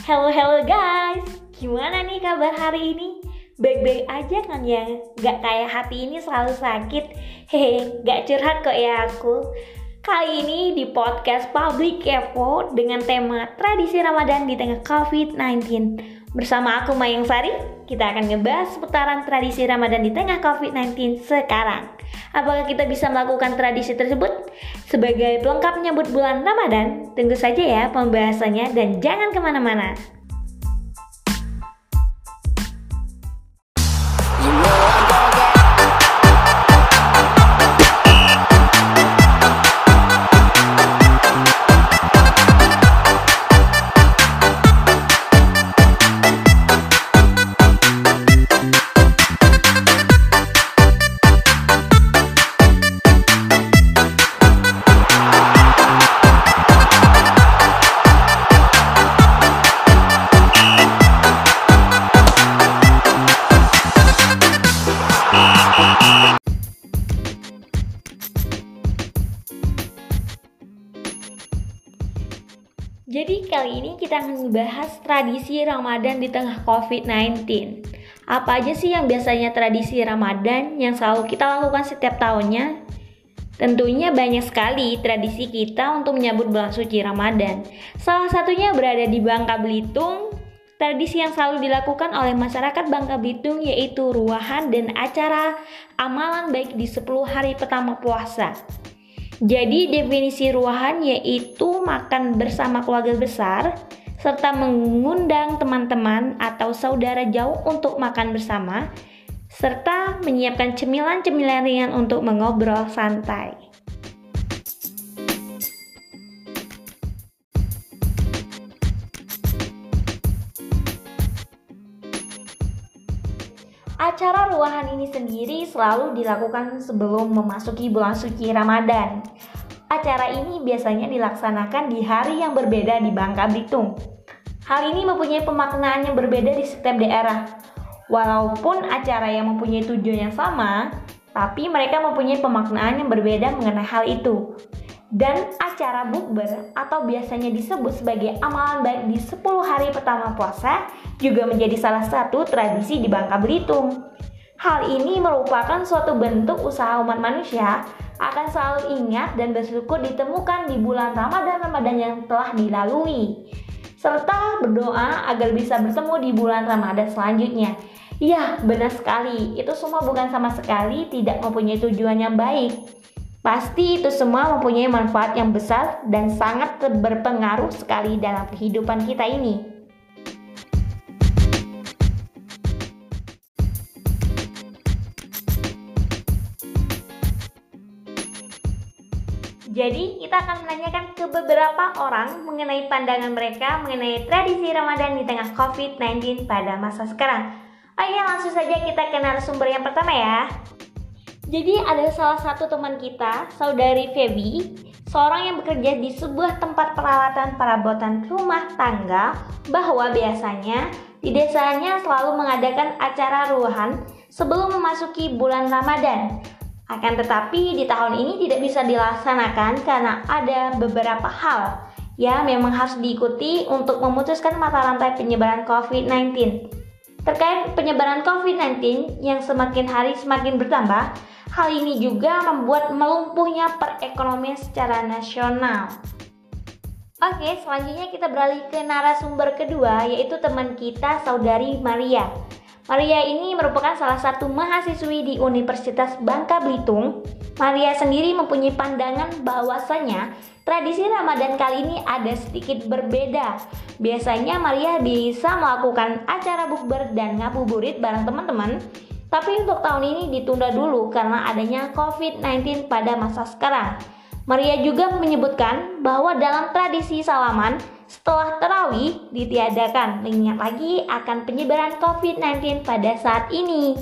Hello guys, gimana nih kabar hari ini? Baik-baik aja kan ya? Gak kayak hati ini selalu sakit. Hehe, gak curhat kok ya aku. Kali ini di podcast Public Kepo dengan tema tradisi Ramadan di tengah COVID-19. Bersama aku Mayang Sari, kita akan ngebahas seputaran tradisi Ramadan di tengah COVID-19 sekarang. Apakah kita bisa melakukan tradisi tersebut? Sebagai pelengkap menyambut bulan Ramadan, tunggu saja ya pembahasannya dan jangan kemana-mana. Jadi kali ini kita akan membahas tradisi Ramadan di tengah COVID-19. Apa aja sih yang biasanya tradisi Ramadan yang selalu kita lakukan setiap tahunnya? Tentunya banyak sekali tradisi kita untuk menyambut bulan suci Ramadan. Salah satunya berada di Bangka Belitung. Tradisi yang selalu dilakukan oleh masyarakat Bangka Belitung yaitu ruahan dan acara amalan baik di 10 hari pertama puasa. Jadi definisi ruahan yaitu makan bersama keluarga besar serta mengundang teman-teman atau saudara jauh untuk makan bersama serta menyiapkan cemilan-cemilan ringan untuk mengobrol santai. Acara ruahan ini sendiri selalu dilakukan sebelum memasuki bulan suci Ramadan. Acara ini biasanya dilaksanakan di hari yang berbeda di Bangka Belitung. Hal ini mempunyai pemaknaan yang berbeda di setiap daerah. Walaupun acara yang mempunyai tujuan yang sama, tapi mereka mempunyai pemaknaan yang berbeda mengenai hal itu. Dan acara bukber atau biasanya disebut sebagai amalan baik di 10 hari pertama puasa juga menjadi salah satu tradisi di Bangka Belitung. Hal ini merupakan suatu bentuk usaha umat manusia akan selalu ingat dan bersyukur ditemukan di bulan Ramadan yang telah dilalui, serta berdoa agar bisa bertemu di bulan Ramadan selanjutnya. Ya, benar sekali, itu semua bukan sama sekali tidak mempunyai tujuan yang baik. Pasti itu semua mempunyai manfaat yang besar dan sangat berpengaruh sekali dalam kehidupan kita ini. Jadi kita akan menanyakan ke beberapa orang mengenai pandangan mereka mengenai tradisi Ramadan di tengah COVID-19 pada masa sekarang. Ayo langsung saja kita ke narasumber yang pertama ya. Jadi ada salah satu teman kita, saudari Feby, seorang yang bekerja di sebuah tempat peralatan perabotan rumah tangga, bahwa biasanya di desanya selalu mengadakan acara ruahan sebelum memasuki bulan Ramadan. Akan tetapi di tahun ini tidak bisa dilaksanakan karena ada beberapa hal yang memang harus diikuti untuk memutuskan mata rantai penyebaran COVID-19. Terkait penyebaran COVID-19 yang semakin hari semakin bertambah, hal ini juga membuat melumpuhnya perekonomian secara nasional. Oke, selanjutnya kita beralih ke narasumber kedua, yaitu teman kita, saudari Maria. Maria ini merupakan salah satu mahasiswi di Universitas Bangka Belitung. Maria sendiri mempunyai pandangan bahwasanya tradisi Ramadan kali ini ada sedikit berbeda. Biasanya Maria bisa melakukan acara bukber dan ngabuburit bareng teman-teman, tapi untuk tahun ini ditunda dulu karena adanya COVID-19 pada masa sekarang. Maria juga menyebutkan bahwa dalam tradisi salaman setelah tarawih ditiadakan, mengingat lagi akan penyebaran COVID-19 pada saat ini.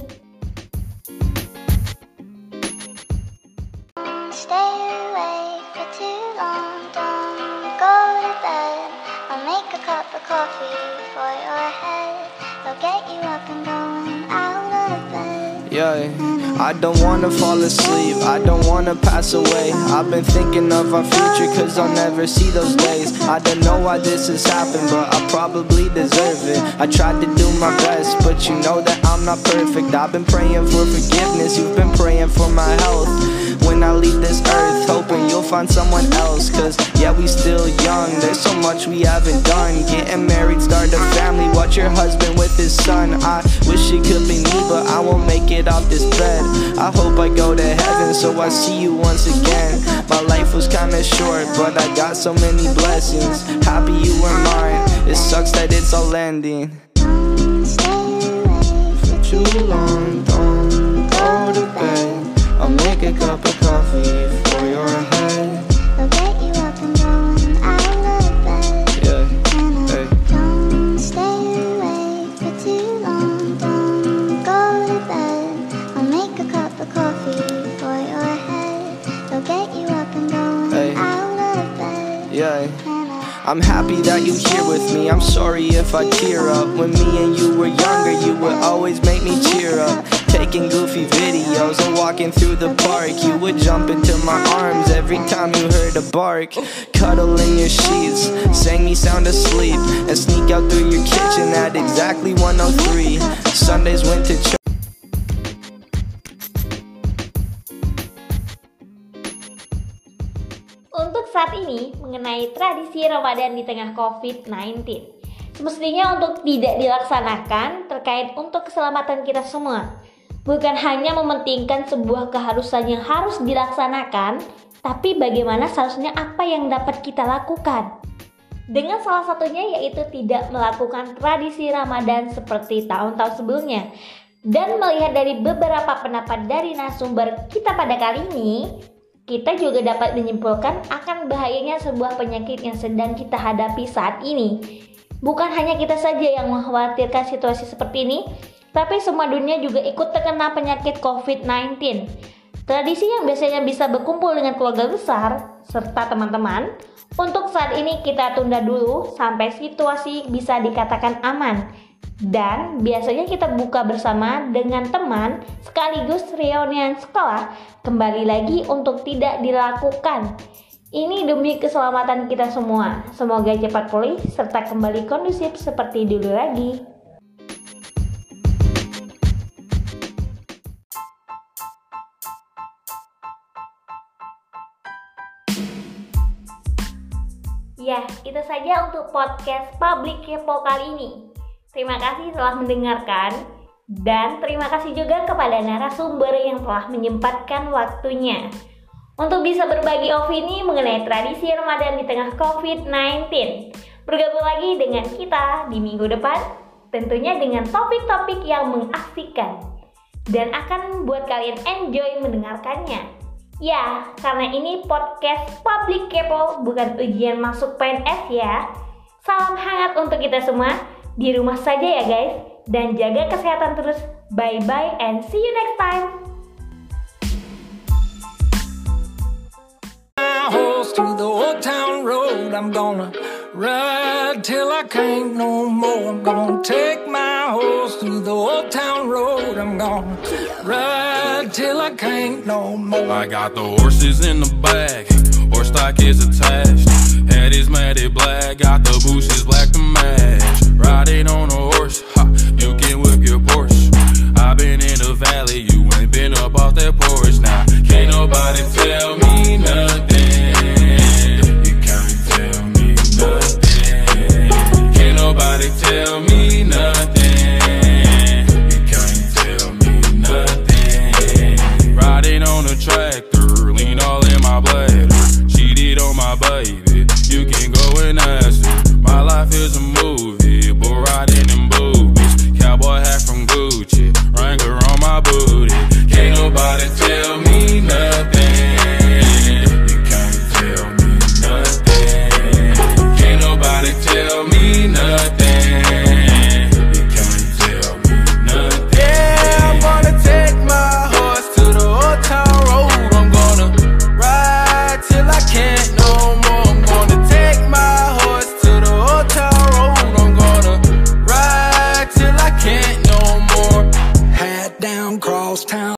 Stay awake for too long, don't go to bed. I'll make a cup of coffee for your head. I'll get you up and going out of bed. Yeah, I don't wanna fall asleep, I don't wanna gonna pass away. I've been thinking of our future, cause I'll never see those days. I don't know why this has happened, but I probably deserve it. I tried to do my best, but you know that I'm not perfect. I've been praying for forgiveness, you've been praying for my health. When I leave this earth, hoping you'll find someone else. Cause yeah, we still young, there's so much we haven't done. Getting married, start a family, watch your husband with his son. I wish it could be me, but I won't make it off this bed. I hope I go to heaven, so I see you once again. My life was kinda short, but I got so many blessings. Happy you were mine, it sucks that it's all ending. For too long, don't go to bed. I'll make a cup of coffee for your head. I'll get you up and going out of bed. Yeah, hey. Don't stay awake for too long. Don't go to bed. I'll make a cup of coffee for your head. I'll get you up and going out of bed. Yeah. I'm happy that you're here with me. I'm sorry if I tear up. When me and you were younger, you would always make me cheer up. Taking goofy videos and walking through the park. You would jump into my arms every time you heard a bark. Cuddle in your sheets, sang me sound asleep, and sneak out through your kitchen at exactly 1:03. Sundays went to church. Untuk saat ini, mengenai tradisi Ramadan di tengah COVID-19, semestinya untuk tidak dilaksanakan terkait untuk keselamatan kita semua. Bukan hanya mementingkan sebuah keharusan yang harus dilaksanakan, tapi bagaimana seharusnya apa yang dapat kita lakukan. Dengan salah satunya yaitu tidak melakukan tradisi Ramadan seperti tahun-tahun sebelumnya. Dan melihat dari beberapa pendapat dari narasumber kita pada kali ini, kita juga dapat menyimpulkan akan bahayanya sebuah penyakit yang sedang kita hadapi saat ini. Bukan hanya kita saja yang mengkhawatirkan situasi seperti ini, tapi semua dunia juga ikut terkena penyakit COVID-19. Tradisi yang biasanya bisa berkumpul dengan keluarga besar serta teman-teman, untuk saat ini kita tunda dulu sampai situasi bisa dikatakan aman. Dan biasanya kita buka bersama dengan teman sekaligus reunian sekolah kembali lagi untuk tidak dilakukan. Ini demi keselamatan kita semua. Semoga cepat pulih serta kembali kondusif seperti dulu lagi. Ya, itu saja untuk podcast Public Kepo kali ini. Terima kasih telah mendengarkan, dan terima kasih juga kepada narasumber yang telah menyempatkan waktunya untuk bisa berbagi opini mengenai tradisi Ramadan di tengah COVID-19. Bergabung lagi dengan kita di minggu depan, tentunya dengan topik-topik yang mengasihkan dan akan membuat kalian enjoy mendengarkannya. Ya, karena ini podcast Public Kepo, bukan ujian masuk PNS ya. Salam hangat untuk kita semua. Di rumah saja ya guys, dan jaga kesehatan terus. Bye bye and see you next time. To the old town road, I'm gonna ride till I can't no more. I'm gonna take my horse to the old town road. I'm gonna ride till I can't no more. I got the horses in the back, horse stock is attached. Head is matted black, got the bushes black to match. Riding on a horse, ha, you can whip your Porsche. I've been in the valley, you ain't been up off that porch. Now, can't nobody tell me nothing. You can't tell me nothing. Can't nobody tell me nothing. You can't tell me nothing. Riding on a tractor, lean all in my bladder. Cheated on my baby, you can go and ask her. My life is a movie, bull riding in boobies. Cowboy hat from Gucci, Wrangler on my booty. Can't nobody tell me nothing.